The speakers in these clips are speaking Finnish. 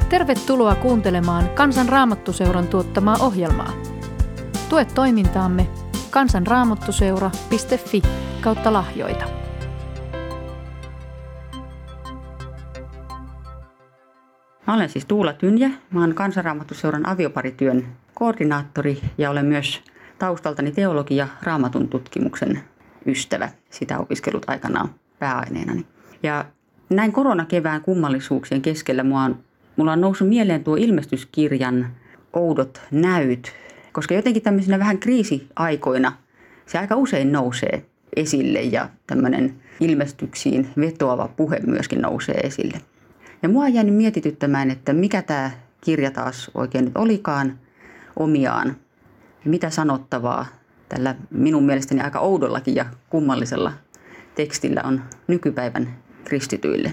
Tervetuloa kuuntelemaan Kansan Raamattuseuran tuottamaa ohjelmaa. Tue toimintaamme kansanraamattuseura.fi/lahjoita. Mä olen siis Tuula Tynjä. Mä olen Kansan Raamattuseuran avioparityön koordinaattori ja olen myös taustaltani teologi ja raamatun tutkimuksen ystävä. Sitä opiskellut aikanaan pääaineenani. Ja näin koronakevään kummallisuuksien keskellä mulla on noussut mieleen tuo ilmestyskirjan oudot näyt, koska jotenkin tämmöisenä vähän kriisiaikoina se aika usein nousee esille ja tämmöinen ilmestyksiin vetoava puhe myöskin nousee esille. Ja mua on jäänyt mietityttämään, että mikä tämä kirja taas oikein nyt olikaan omiaan. Mitä sanottavaa tällä minun mielestäni aika oudollakin ja kummallisella tekstillä on nykypäivän kristityille.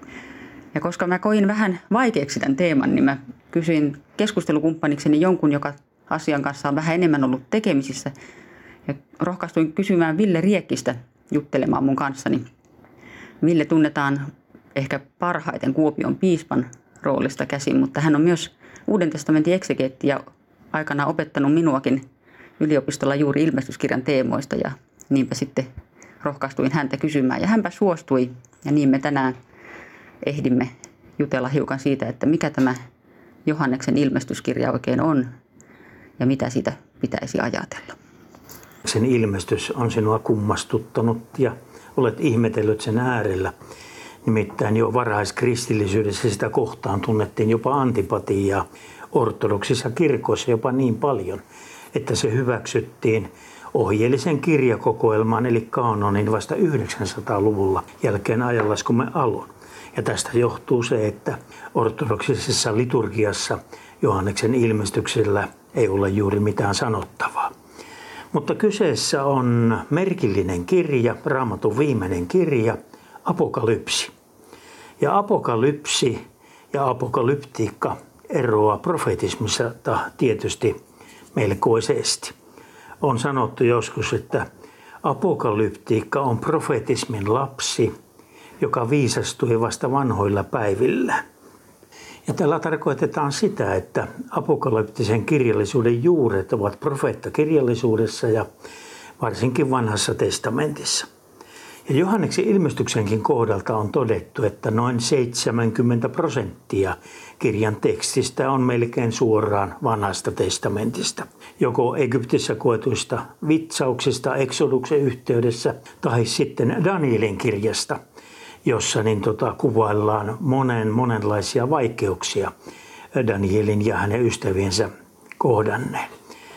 Ja koska mä koin vähän vaikeaksi tämän teeman, niin mä kysyin keskustelukumppanikseni jonkun, joka asian kanssa on vähän enemmän ollut tekemisissä. Ja rohkaistuin kysymään Ville Riekkistä juttelemaan mun kanssani. Ville tunnetaan ehkä parhaiten Kuopion piispan roolista käsin, mutta hän on myös Uuden testamentin eksegeetti ja aikanaan opettanut minuakin yliopistolla juuri ilmestyskirjan teemoista. Ja niinpä sitten rohkaistuin häntä kysymään ja hänpä suostui. Ja niin me tänään ehdimme jutella hiukan siitä, että mikä tämä Johanneksen ilmestyskirja oikein on ja mitä siitä pitäisi ajatella. Sen ilmestys on sinua kummastuttanut ja olet ihmetellyt sen äärellä. Nimittäin jo varhaiskristillisyydessä sitä kohtaan tunnettiin jopa antipatiaa ortodoksissa kirkoissa jopa niin paljon, että se hyväksyttiin ohjeellisen kirjakokoelman eli kaanonin vasta 900-luvulla jälkeen ajanlaskumme alun. Ja tästä johtuu se, että ortodoksisessa liturgiassa Johanneksen ilmestyksellä ei ole juuri mitään sanottavaa. Mutta kyseessä on merkillinen kirja, Raamatun viimeinen kirja, Apokalypsi. Ja apokalypsi ja apokalyptiikka eroaa profetismissa tietysti melkoisesti. On sanottu joskus, että apokalyptiikka on profetismin lapsi, joka viisastui vasta vanhoilla päivillä. Ja tällä tarkoitetaan sitä, että apokalyptisen kirjallisuuden juuret ovat profeettakirjallisuudessa ja varsinkin vanhassa testamentissa. Ja Johanneksen ilmestyksenkin kohdalta on todettu, että noin 70% kirjan tekstistä on melkein suoraan vanhasta testamentista. Joko Egyptissä koetuista vitsauksista Eksoduksen yhteydessä tai sitten Danielin kirjasta, jossa kuvaillaan monenlaisia vaikeuksia Danielin ja hänen ystäviensä kohdanneen.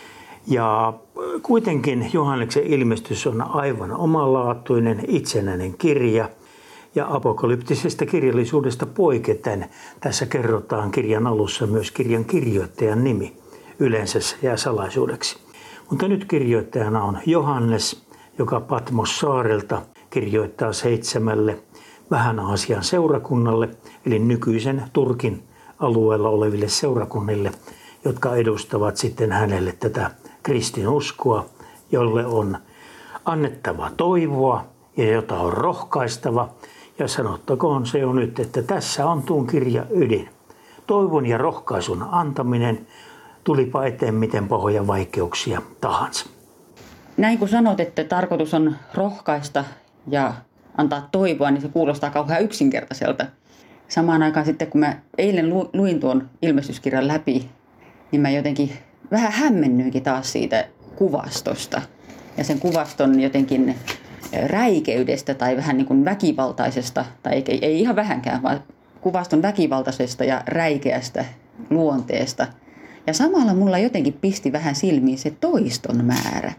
Ja kuitenkin Johanneksen ilmestys on aivan omalaatuinen, itsenäinen kirja. Ja apokalyptisesta kirjallisuudesta poiketen tässä kerrotaan kirjan alussa myös kirjan kirjoittajan nimi. Yleensä se jää salaisuudeksi. Mutta nyt kirjoittajana on Johannes, joka Patmos-saarelta kirjoittaa 7 Vähän-Aasian seurakunnalle, eli nykyisen Turkin alueella oleville seurakunnille, jotka edustavat sitten hänelle tätä kristinuskoa, jolle on annettava toivoa ja jota on rohkaistava. Ja sanottakoon se jo nyt, että tässä on tuon kirja ydin. Toivon ja rohkaisun antaminen, tulipa eteen miten pahoja vaikeuksia tahansa. Näin kun sanot, että tarkoitus on rohkaista ja antaa toivoa, niin se kuulostaa kauhean yksinkertaiselta. Samaan aikaan sitten, kun mä eilen luin tuon ilmestyskirjan läpi, niin mä jotenkin vähän hämmennyinkin taas siitä kuvastosta. Ja sen kuvaston jotenkin räikeydestä tai vähän niin kuin väkivaltaisesta, tai ei ihan vähänkään, vaan kuvaston väkivaltaisesta ja räikeästä luonteesta. Ja samalla mulla jotenkin pisti vähän silmiin se toiston määrä.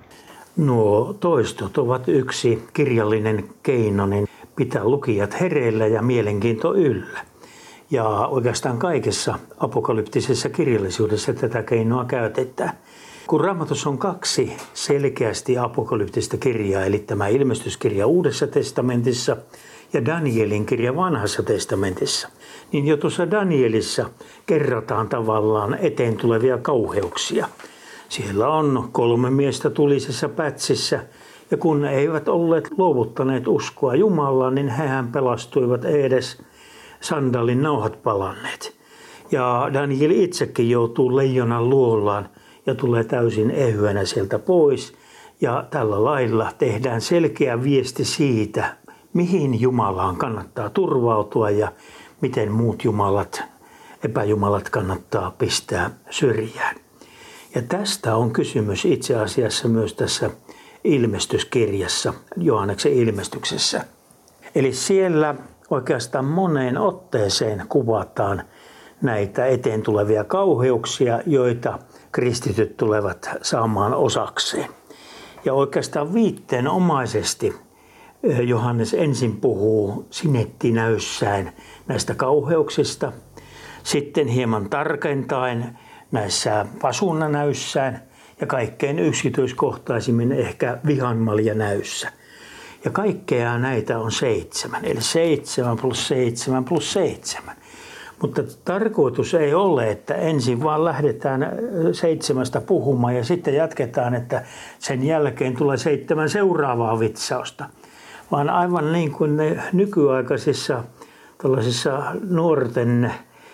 Nuo toistot ovat yksi kirjallinen keino pitää lukijat hereillä ja mielenkiinto yllä. Ja oikeastaan kaikessa apokalyptisessa kirjallisuudessa tätä keinoa käytetään. Kun Raamatussa on 2 selkeästi apokalyptista kirjaa, eli tämä ilmestyskirja Uudessa testamentissa ja Danielin kirja Vanhassa testamentissa, niin jo tuossa Danielissa kerrotaan tavallaan eteen tulevia kauheuksia. Siellä on 3 miestä tulisessa pätsissä, ja kun ne eivät olleet luovuttaneet uskoa Jumalaan, niin hehän pelastuivat edes sandaalin nauhat palanneet. Ja Daniel itsekin joutuu leijonan luolaan ja tulee täysin ehyenä sieltä pois. Ja tällä lailla tehdään selkeä viesti siitä, mihin Jumalaan kannattaa turvautua ja miten muut epäjumalat kannattaa pistää syrjään. Ja tästä on kysymys itse asiassa myös tässä ilmestyskirjassa, Johanneksen ilmestyksessä. Eli siellä oikeastaan moneen otteeseen kuvataan näitä eteen tulevia kauheuksia, joita kristityt tulevat saamaan osakseen. Ja oikeastaan viitteenomaisesti Johannes ensin puhuu sinettinäyssään näistä kauheuksista, sitten hieman tarkentaen näissä pasunnanäyssään ja kaikkein yksityiskohtaisimmin ehkä vihanmaljanäyssä. Ja kaikkea näitä on 7, eli 7 plus 7 plus 7. Mutta tarkoitus ei ole, että ensin vaan lähdetään 7 puhumaan ja sitten jatketaan, että sen jälkeen tulee 7 seuraavaa vitsausta. Vaan aivan niin kuin ne nykyaikaisissa tällaisissa nuorten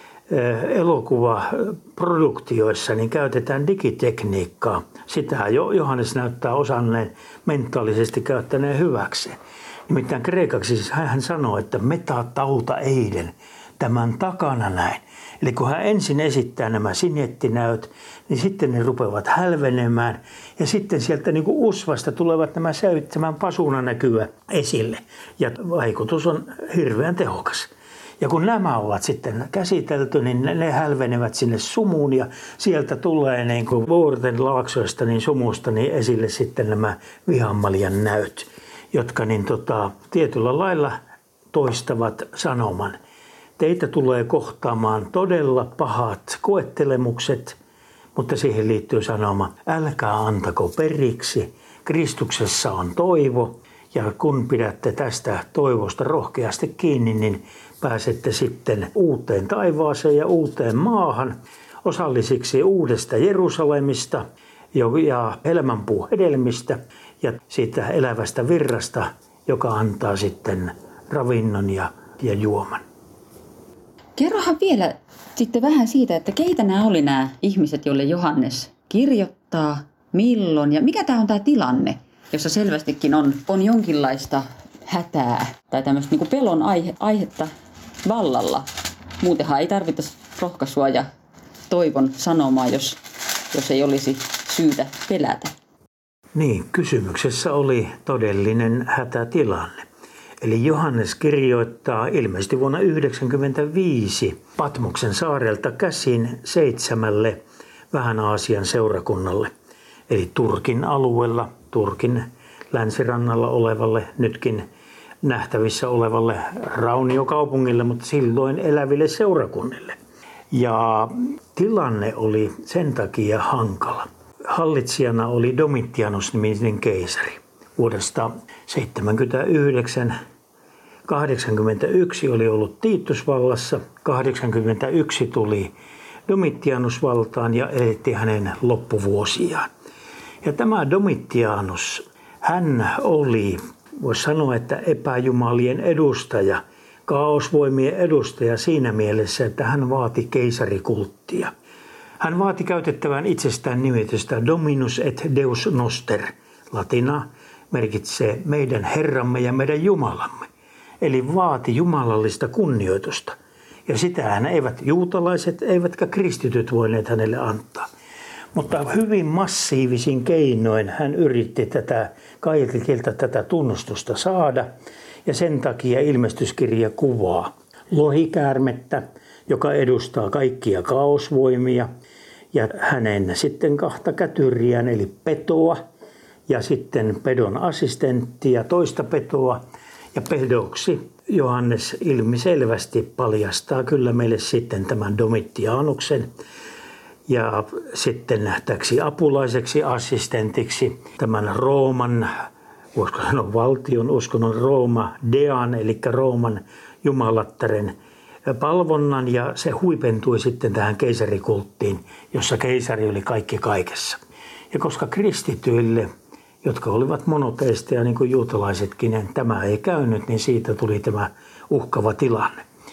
elokuvaproduktioissa, niin käytetään digitekniikkaa. Sitä Johannes näyttää osanneen mentaalisesti käyttäneen hyväkseen. Nimittäin kreikaksi hän sanoo, että metatauta eiden, tämän takana näin. Eli kun hän ensin esittää nämä sinettinäyt, niin sitten ne rupeavat hälvenemään. Ja sitten sieltä niin kuin usvasta tulevat nämä 7 pasunanäkyä esille. Ja vaikutus on hirveän tehokas. Ja kun nämä ovat sitten käsitelty, niin ne hälvenevät sinne sumuun ja sieltä tulee niin kuin vuorten laaksoista niin sumusta niin esille sitten nämä vihanmaljan näyt, jotka niin tietyllä lailla toistavat sanoman. Teitä tulee kohtaamaan todella pahat koettelemukset, mutta siihen liittyy sanoma, älkää antako periksi, Kristuksessa on toivo. Ja kun pidätte tästä toivosta rohkeasti kiinni, niin pääsette sitten uuteen taivaaseen ja uuteen maahan, osallisiksi uudesta Jerusalemista ja elämänpuun hedelmistä ja siitä elävästä virrasta, joka antaa sitten ravinnon ja juoman. Kerrohan vielä sitten vähän siitä, että keitä nämä oli nämä ihmiset, joille Johannes kirjoittaa, milloin ja mikä tämä on tämä tilanne, jossa selvästikin on jonkinlaista hätää tai tämmöistä niin kuin pelon aihetta vallalla. Muutenhan ei tarvita rohkaisua ja toivon sanomaa, jos ei olisi syytä pelätä. Niin, kysymyksessä oli todellinen hätätilanne. Eli Johannes kirjoittaa ilmeisesti vuonna 1995 Patmoksen saarelta käsin 7 Vähän-Aasian seurakunnalle. Eli Turkin alueella, Turkin länsirannalla olevalle, nytkin nähtävissä olevalle rauniokaupungille, mutta silloin eläville seurakunnille. Ja tilanne oli sen takia hankala. Hallitsijana oli Domitianus-niminen keisari. Vuodesta 79-81 oli ollut Titus vallassa, 81 tuli Domitianus valtaan ja eletti hänen loppuvuosiaan. Ja tämä Domitianus, hän oli, voisi sanoa, että epäjumalien edustaja, kaosvoimien edustaja siinä mielessä, että hän vaati keisarikulttia. Hän vaati käytettävän itsestään nimitystä Dominus et Deus Noster. Latina merkitsee meidän Herramme ja meidän Jumalamme. Eli vaati jumalallista kunnioitusta. Ja sitähän eivät juutalaiset eivätkä kristityt voineet hänelle antaa. Mutta hyvin massiivisin keinoin hän yritti kaikilta tätä tunnustusta saada. Ja sen takia ilmestyskirja kuvaa lohikäärmettä, joka edustaa kaikkia kaosvoimia. Ja hänen sitten 2 kätyriään, eli petoa ja sitten pedon assistenttia, toista petoa. Ja pedoksi Johannes ilmiselvästi paljastaa kyllä meille sitten tämän Domitianuksen. Ja sitten täksi apulaiseksi assistentiksi tämän Rooman, voisiko sanoa valtion uskonnon Rooma Dean, eli Rooman jumalattaren palvonnan, ja se huipentui sitten tähän keisarikulttiin, jossa keisari oli kaikki kaikessa. Ja koska kristityille, jotka olivat monoteisteja niin kuin juutalaisetkin, tämä ei käynyt, niin siitä tuli tämä uhkava tilanne.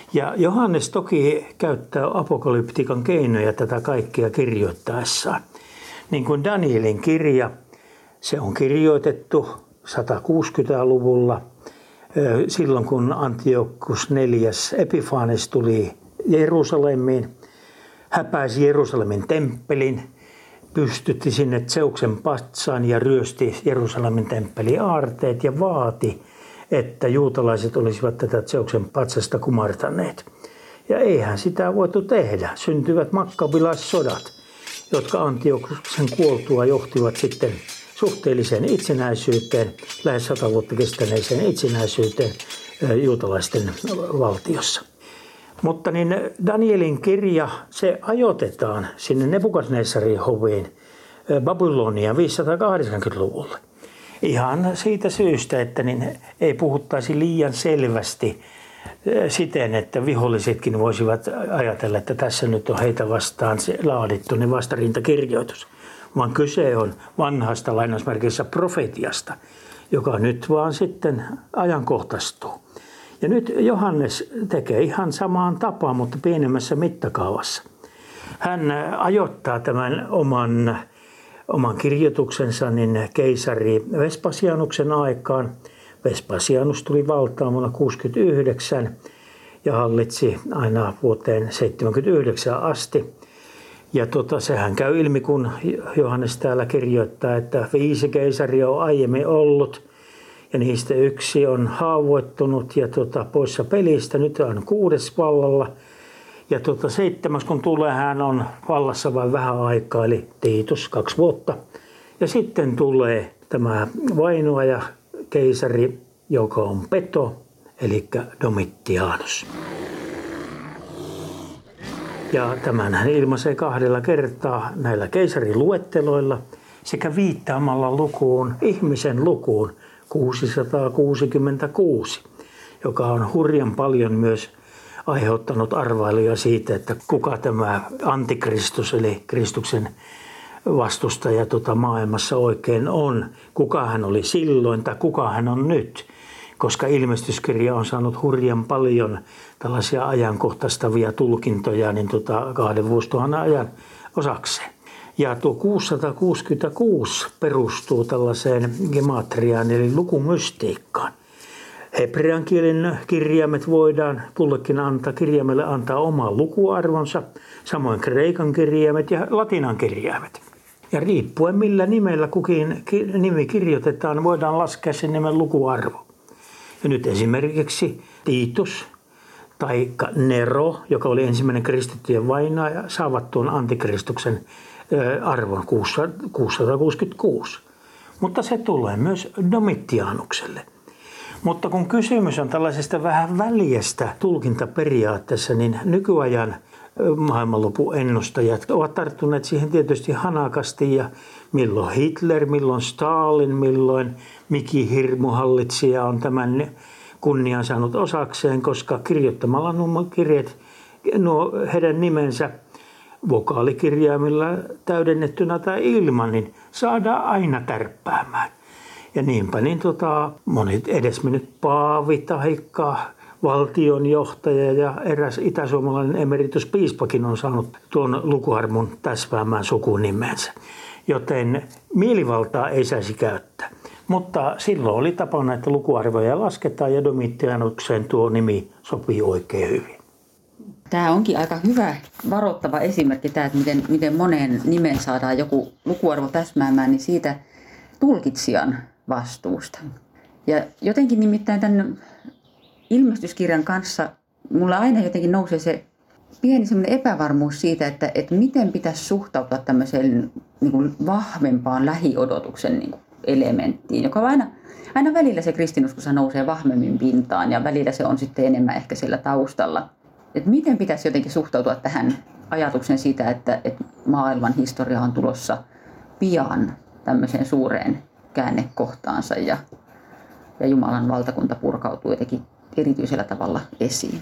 Ja Johannes toki käyttää apokalyptiikan keinoja tätä kaikkea kirjoittaessaan. Niin kuin Danielin kirja, se on kirjoitettu 160-luvulla, silloin kun Antiochus IV Epiphanes tuli Jerusalemiin, häpäisi Jerusalemin temppelin, pystytti sinne Zeuksen patsaan ja ryösti Jerusalemin temppelin aarteet ja vaati, että juutalaiset olisivat tätä Zeuksen patsasta kumartaneet. Ja eihän sitä voitu tehdä. Syntyivät makkabilaissodat, jotka Antiochuksen kuoltua johtivat sitten suhteelliseen itsenäisyyteen, lähes 100 vuotta kestäneeseen itsenäisyyteen juutalaisten valtiossa. Mutta niin Danielin kirja, se ajoitetaan sinne Nebukadnessarin hoviin Babyloniaan 580-luvulle. Ihan siitä syystä, että niin ei puhuttaisi liian selvästi siten, että vihollisetkin voisivat ajatella, että tässä nyt on heitä vastaan laadittu niin vastarintakirjoitus. Vaan kyse on vanhasta lainausmerkissä profetiasta, joka nyt vaan sitten ajankohtaistuu. Ja nyt Johannes tekee ihan samaan tapaan, mutta pienemmässä mittakaavassa. Hän ajoittaa tämän oman kirjoituksensa niin keisari Vespasianuksen aikaan. Vespasianus tuli valtaan vuonna 69 ja hallitsi aina vuoteen 79 asti. Ja sehän käy ilmi, kun Johannes täällä kirjoittaa, että 5 keisaria on aiemmin ollut ja niistä 1 on haavoittunut ja poissa pelistä. Nyt on 6 vallalla. Ja 7, kun tulee, hän on vallassa vain vähän aikaa, eli Titus 2 vuotta. Ja sitten tulee tämä vainoaja keisari, joka on Peto, eli Domitianus. Ja tämän hän ilmaisee 2 kertaa näillä keisariluetteloilla sekä viittaamalla ihmisen lukuun 666, joka on hurjan paljon myös aiheuttanut arvailuja siitä, että kuka tämä antikristus eli Kristuksen vastustaja maailmassa oikein on. Kuka hän oli silloin tai kuka hän on nyt. Koska ilmestyskirja on saanut hurjan paljon tällaisia ajankohtaistavia tulkintoja niin 2 vuosituhannen ajan osakseen. Ja tuo 666 perustuu tällaiseen gematriaan eli lukumystiikkaan. Hebrean kielen kirjaimet voidaan kirjaimelle antaa oma lukuarvonsa, samoin kreikan kirjaimet ja latinan kirjaimet. Ja riippuen millä nimellä kukin nimi kirjoitetaan, voidaan laskea sen nimen lukuarvo. Ja nyt esimerkiksi Titus tai Nero, joka oli ensimmäinen kristittyjen vainoaja, saavat tuon antikristuksen arvon 666. Mutta se tulee myös Domitianukselle. Mutta kun kysymys on tällaisesta vähän väljästä tulkintaperiaatteessa, niin nykyajan maailmanlopun ennustajat ovat tarttuneet siihen tietysti hanakasti ja milloin Hitler, milloin Stalin, milloin Miki Hirmuhallitsija on tämän kunnian saanut osakseen, koska kirjoittamalla nuo heidän nimensä vokaalikirjaimilla täydennettynä tai ilman, niin saadaan aina tärppäämään. Ja niinpä niin monet edesmennyt paavi taikka valtionjohtaja ja eräs itäsuomalainen emerituspiispakin on saanut tuon lukuarvon täsmäämään sukunimensä. Joten mielivaltaa ei saisi käyttää. Mutta silloin oli tapana, että lukuarvoja lasketaan ja Domitianukseen tuo nimi sopii oikein hyvin. Tämä onkin aika hyvä varoittava esimerkki, tämä, että miten moneen nimeen saadaan joku lukuarvo täsmäämään, niin siitä tulkitsijan vastuusta. Ja jotenkin nimittäin tämän ilmestyskirjan kanssa mulla aina jotenkin nousee se pieni semmoinen epävarmuus siitä, että miten pitäisi suhtautua tämmöiseen niin kuin vahvempaan lähiodotuksen niin kuin elementtiin, joka on aina välillä se kristinuskossa nousee vahvemmin pintaan ja välillä se on sitten enemmän ehkä siellä taustalla. Että miten pitäisi jotenkin suhtautua tähän ajatukseen siitä, että maailman historia on tulossa pian tämmöiseen suureen käännekohtaansa ja Jumalan valtakunta purkautuu jotenkin erityisellä tavalla esiin.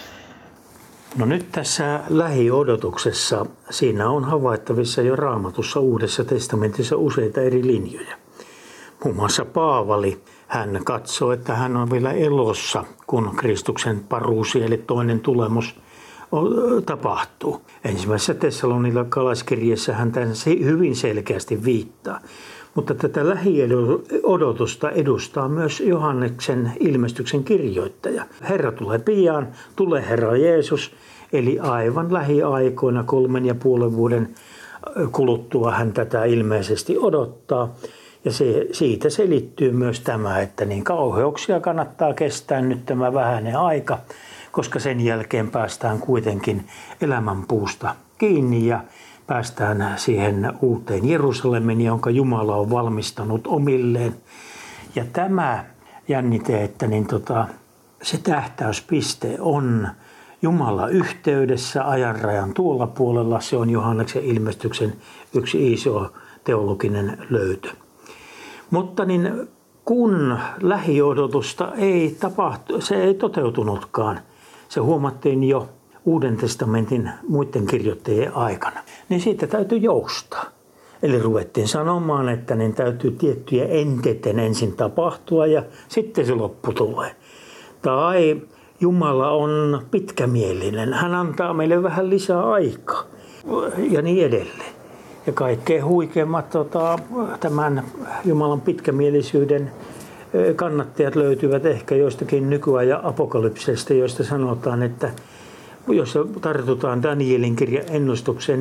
No nyt tässä lähiodotuksessa siinä on havaittavissa jo Raamatussa Uudessa testamentissa useita eri linjoja. Muun muassa Paavali hän katsoo, että hän on vielä elossa, kun Kristuksen paruusi eli toinen tulemus tapahtuu. Ensimmäisessä Tessalonikalaiskirjeessä hän tämän hyvin selkeästi viittaa. Mutta tätä lähiodotusta edustaa myös Johanneksen ilmestyksen kirjoittaja. Herra tulee pian, tulee Herra Jeesus, eli aivan lähiaikoina 3,5 vuoden kuluttua hän tätä ilmeisesti odottaa. Ja siitä selittyy myös tämä, että niin kauheuksia kannattaa kestää nyt tämä vähäinen aika, koska sen jälkeen päästään kuitenkin elämänpuusta kiinni ja päästään siihen uuteen Jerusalemiin, jonka Jumala on valmistanut omilleen. Ja tämä jännite, että se tähtäyspiste on Jumala yhteydessä ajanrajan tuolla puolella. Se on Johanneksen ilmestyksen yksi iso teologinen löytö. Mutta kun lähiodotusta se ei toteutunutkaan, se huomattiin jo Uuden testamentin muiden kirjoittajien aikana, niin siitä täytyy joustaa. Eli ruvettiin sanomaan, että täytyy tiettyjä enteiden ensin tapahtua ja sitten se loppu tulee. Tai Jumala on pitkämielinen, hän antaa meille vähän lisää aikaa ja niin edelleen. Ja kaikkein huikeimmat tämän Jumalan pitkämielisyyden kannattajat löytyvät ehkä joistakin nykyajan apokalypseista, joista sanotaan, että jos tartutaan Danielin kirjan ennustukseen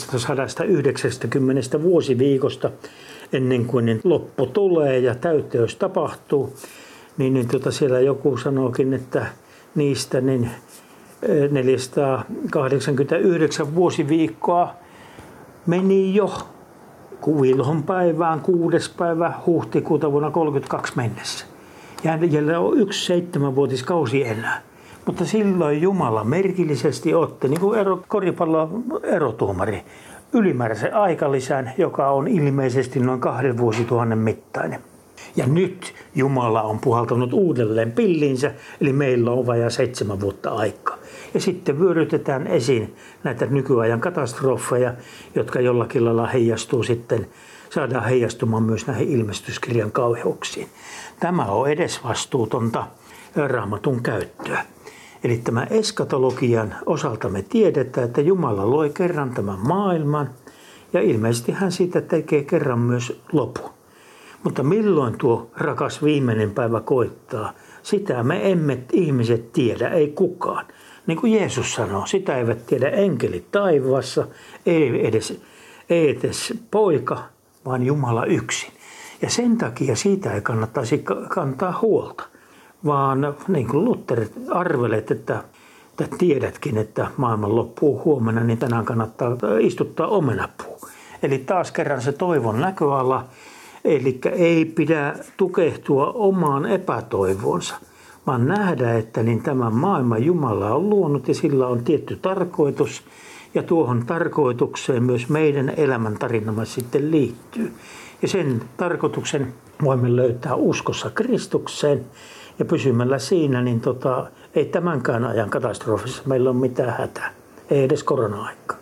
490 vuosiviikosta ennen kuin loppu tulee ja täyteys tapahtuu, niin siellä joku sanookin, että niistä 489 vuosiviikkoa meni jo Vilhon päivään 6. päivä huhtikuuta vuonna 1932 mennessä. Jäljellä on 1 7-vuotiskausi enää. Mutta silloin Jumala merkillisesti otti, niin kuin koripallon erotuomari, ylimääräisen aikalisän, joka on ilmeisesti noin 2 vuosituhannen mittainen. Ja nyt Jumala on puhaltanut uudelleen pillinsä, eli meillä on vajaa 7 vuotta aikaa. Ja sitten vyörytetään esiin näitä nykyajan katastrofeja, jotka jollakin lailla saadaan heijastumaan myös näihin ilmestyskirjan kauheuksiin. Tämä on edesvastuutonta Raamatun käyttöä. Eli tämä eskatologian osalta me tiedetään, että Jumala loi kerran tämän maailman ja ilmeisesti hän siitä tekee kerran myös lopun. Mutta milloin tuo rakas viimeinen päivä koittaa, sitä me emme ihmiset tiedä, ei kukaan. Niin kuin Jeesus sanoo, sitä eivät tiedä enkelit taivaassa, ei edes poika, vaan Jumala yksin. Ja sen takia siitä ei kannattaisi kantaa huolta, vaan niin kuin Luther arvelet, että tiedätkin, että maailman loppuu huomenna, niin tänään kannattaa istuttaa omenapuu. Eli taas kerran se toivon näköala, eli ei pidä tukehtua omaan epätoivonsa, vaan nähdä, että tämän maailman Jumala on luonut ja sillä on tietty tarkoitus. Ja tuohon tarkoitukseen myös meidän elämäntarinamme sitten liittyy. Ja sen tarkoituksen voimme löytää uskossa Kristukseen ja pysymällä siinä, niin ei tämänkään ajan katastrofissa meillä ole mitään hätää, ei edes korona-aikaa.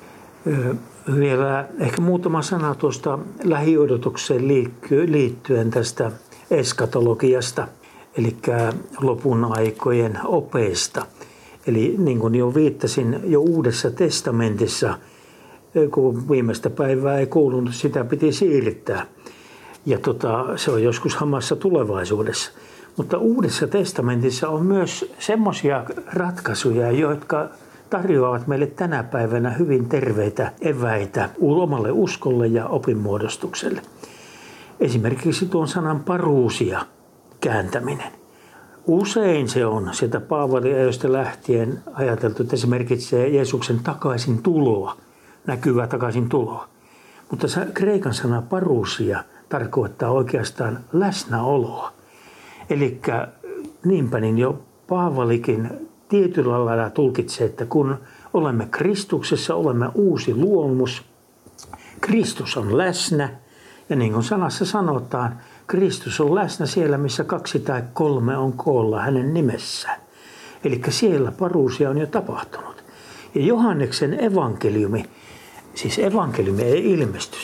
Vielä ehkä muutama sana tuosta lähiodotukseen liittyen tästä eskatologiasta, eli lopun aikojen opeista. Eli niin kuin jo viittasin, jo Uudessa testamentissa, kun viimeistä päivää ei kuulunut, sitä piti siirtää. Ja se on joskus hamassa tulevaisuudessa. Mutta Uudessa testamentissa on myös semmoisia ratkaisuja, jotka tarjoavat meille tänä päivänä hyvin terveitä eväitä omalle uskolle ja opinmuodostukselle. Esimerkiksi tuon sanan paruusia kääntäminen. Usein se on sieltä Paavalin ajoista lähtien ajateltu, että se merkitsee Jeesuksen takaisin tuloa, näkyvää takaisin tuloa. Mutta kreikan sana parousia tarkoittaa oikeastaan läsnäoloa. Eli niinpä niin jo Paavalikin tietyllä lailla tulkitsee, että kun olemme Kristuksessa, olemme uusi luomus. Kristus on läsnä ja niin kuin sanassa sanotaan, Kristus on läsnä siellä, missä 2 tai 3 on koolla hänen nimessään. Eli siellä parousia on jo tapahtunut. Ja Johanneksen evankeliumi, siis evankeliumi ei ilmestys.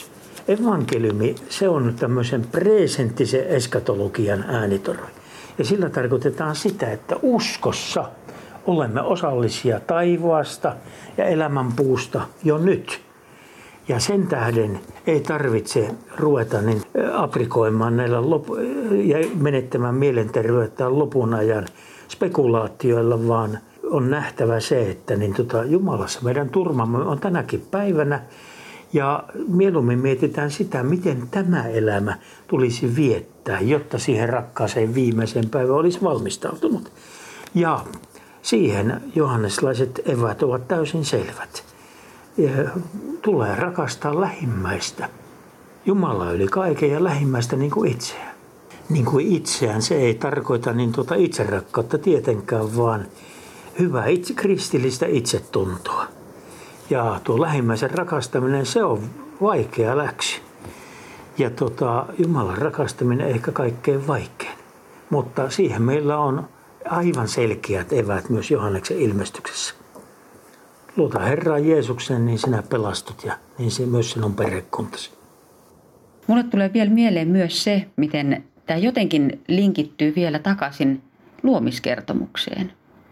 Evankeliumi, se on tämmöisen presenttisen eskatologian äänitorvi. Ja sillä tarkoitetaan sitä, että uskossa olemme osallisia taivaasta ja elämänpuusta jo nyt. Ja sen tähden ei tarvitse ruveta aprikoimaan näillä ja menettämään mielenterveyttä lopun ajan spekulaatioilla, vaan on nähtävä se, että Jumalassa meidän turmamme on tänäkin päivänä. Ja mieluummin mietitään sitä, miten tämä elämä tulisi viettää, jotta siihen rakkaaseen viimeiseen päivään olisi valmistautunut. Ja siihen johanneslaiset eväät ovat täysin selvät. Ja tulee rakastaa lähimmäistä. Jumala yli kaiken ja lähimmäistä niin kuin itseään. Niin kuin itseään se ei tarkoita itserakkautta tietenkään, vaan hyvää kristillistä itsetuntoa. Ja tuo lähimmäisen rakastaminen, se on vaikea läksy. Ja Jumalan rakastaminen ehkä kaikkein vaikein. Mutta siihen meillä on aivan selkeät eväät myös Johanneksen ilmestyksessä. Luota Herraan Jeesuksen, niin sinä pelastut ja niin se myös sinun perhekuntasi. Mulle tulee vielä mieleen myös se, miten tämä jotenkin linkittyy vielä takaisin luomiskertomukseen.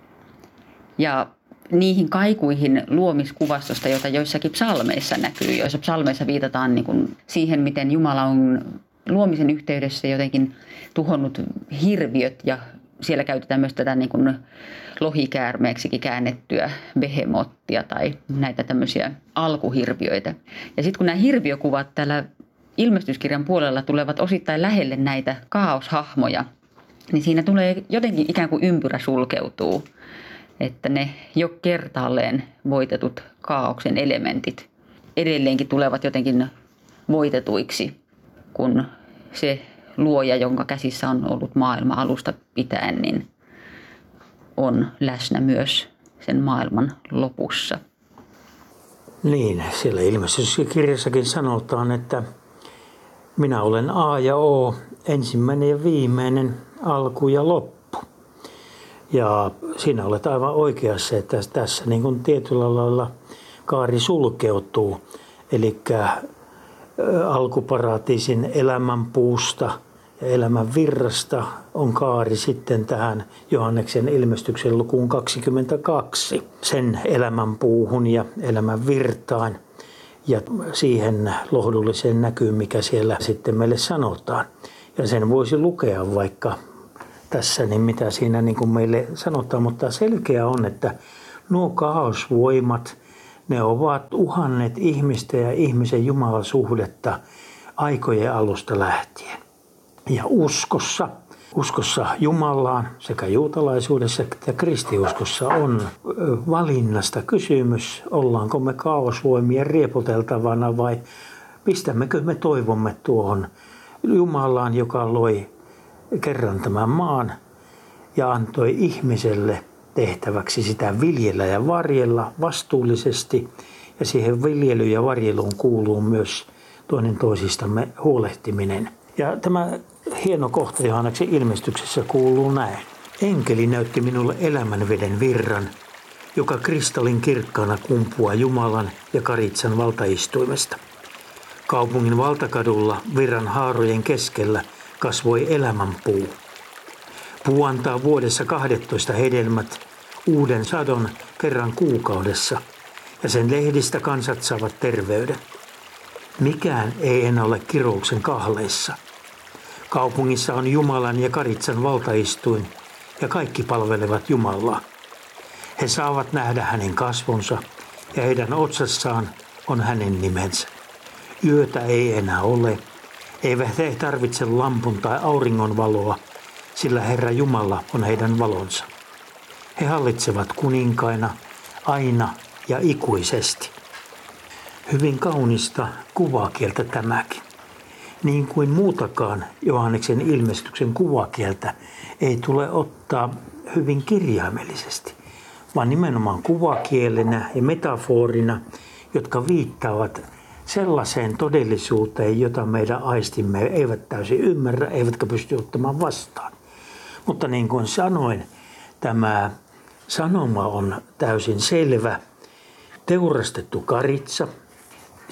Ja niihin kaikuihin luomiskuvastosta, joita joissakin psalmeissa näkyy, joissa psalmeissa viitataan niin kuin siihen, miten Jumala on luomisen yhteydessä jotenkin tuhonnut hirviöt ja siellä käytetään myös tätä niin kuin lohikäärmeeksikin käännettyä behemottia tai näitä tämmöisiä alkuhirviöitä. Ja sitten kun nämä hirviökuvat täällä ilmestyskirjan puolella tulevat osittain lähelle näitä kaaoshahmoja, niin siinä tulee jotenkin ikään kuin ympyrä sulkeutuu. Että ne jo kertaalleen voitetut kaaoksen elementit edelleenkin tulevat jotenkin voitetuiksi, kun se luoja, jonka käsissä on ollut maailma alusta pitäen, niin on läsnä myös sen maailman lopussa. Niin, siellä ilmestyskirjassakin sanotaan, että minä olen A ja O, ensimmäinen ja viimeinen, alku ja loppu. Ja siinä olet aivan oikeassa, että tässä niin kuin tietyllä lailla kaari sulkeutuu. Eli alkuparatiisin elämänpuusta ja elämän virrasta on kaari sitten tähän Johanneksen ilmestyksen lukuun 22. Sen elämänpuuhun ja elämän virtaan ja siihen lohdulliseen näkyyn, mikä siellä sitten meille sanotaan. Ja sen voisi lukea vaikka tässä, niin mitä siinä niin kuin meille sanotaan, mutta selkeä on, että nuo kaaosvoimat, ne ovat uhanneet ihmistä ja ihmisen Jumalan suhdetta aikojen alusta lähtien. Ja uskossa Jumalaan sekä juutalaisuudessa että kristiuskossa on valinnasta kysymys, ollaanko me kaaosvoimien riepoteltavana vai pistämmekö me toivomme tuohon Jumalaan, joka loi kerran tämän maan ja antoi ihmiselle tehtäväksi sitä viljellä ja varjella vastuullisesti. Ja siihen viljelyyn ja varjeluun kuuluu myös toinen toisistamme huolehtiminen. Ja tämä hieno kohta Johanneksen ilmestyksessä kuuluu näin. Enkeli näytti minulle elämänveden virran, joka kristallin kirkkaana kumpuaa Jumalan ja Karitsan valtaistuimesta. Kaupungin valtakadulla virran haarojen keskellä kasvoi elämänpuu. Puu antaa vuodessa 12 hedelmät, uuden sadon kerran kuukaudessa, ja sen lehdistä kansat saavat terveyden. Mikään ei enää ole kirouksen kahleissa. Kaupungissa on Jumalan ja Karitsan valtaistuin, ja kaikki palvelevat Jumalaa. He saavat nähdä hänen kasvonsa, ja heidän otsassaan on hänen nimensä. Yötä ei enää ole, eivät he tarvitse lampun tai auringon valoa, sillä Herra Jumala on heidän valonsa. He hallitsevat kuninkaina aina ja ikuisesti. Hyvin kaunista kuvakieltä tämäkin. Niin kuin muutakaan Johanneksen ilmestyksen kuvakieltä ei tule ottaa hyvin kirjaimellisesti, vaan nimenomaan kuvakielenä ja metaforina, jotka viittaavat sellaiseen todellisuuteen, jota meidän aistimme eivät täysin ymmärrä, eivätkä pysty ottamaan vastaan. Mutta niin kuin sanoin, tämä sanoma on täysin selvä. Teurastettu karitsa,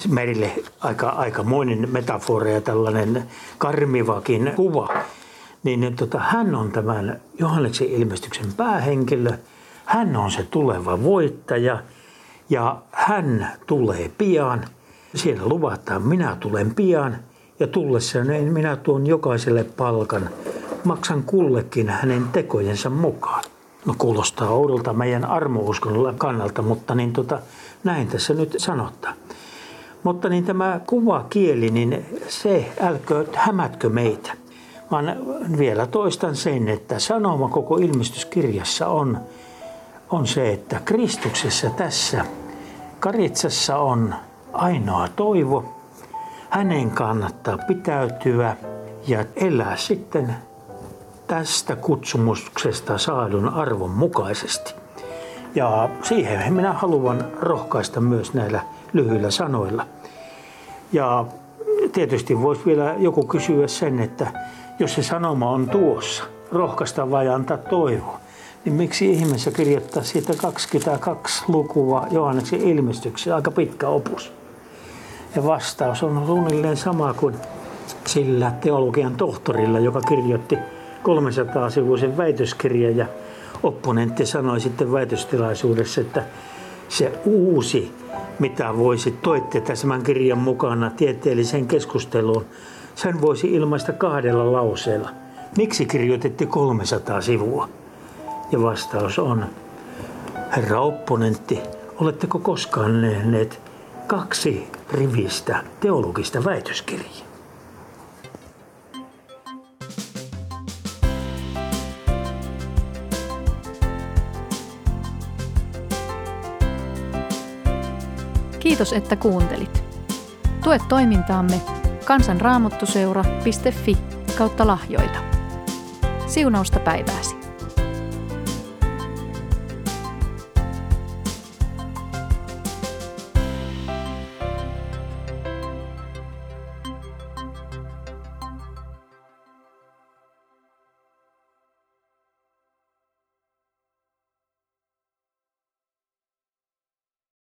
Merille aikamoinen metafora ja tällainen karmivakin kuva. Niin hän on tämän Johanneksen ilmestyksen päähenkilö. Hän on se tuleva voittaja ja hän tulee pian. Siellä luvataan, minä tulen pian ja tullessani minä tuon jokaiselle palkan. Maksan kullekin hänen tekojensa mukaan. No kuulostaa oudolta meidän armouskon kannalta, mutta näin tässä nyt sanottaa. Mutta tämä kuvakieli, niin se älköön hämätkö meitä. Vaan vielä toistan sen, että sanoma koko ilmestyskirjassa on se, että Kristuksessa tässä karitsassa on ainoa toivo. Hänen kannattaa pitäytyä ja elää sitten tästä kutsumuksesta saadun arvon mukaisesti. Ja siihen minä haluan rohkaista myös näillä lyhyillä sanoilla. Ja tietysti voisi vielä joku kysyä sen, että jos se sanoma on tuossa, rohkaista vai antaa toivoa, niin miksi ihmeessä kirjoittaa siitä 22 lukua Johanneksen ilmestyksessä, aika pitkä opus? Ja vastaus on suunnilleen sama kuin sillä teologian tohtorilla, joka kirjoitti 300-sivuisen väitöskirjan ja opponentti sanoi sitten väitöstilaisuudessa, että se uusi, mitä toitte tämän kirjan mukana tieteelliseen keskusteluun, sen voisi ilmaista 2 lauseella. Miksi kirjoititte 300 sivua? Ja vastaus on, herra opponentti, oletteko koskaan nähneet 2 rivistä teologista väitöskirjaa? Kiitos, että kuuntelit. Tue toimintaamme kansanraamattuseura.fi/lahjoita. Siunausta päivääsi.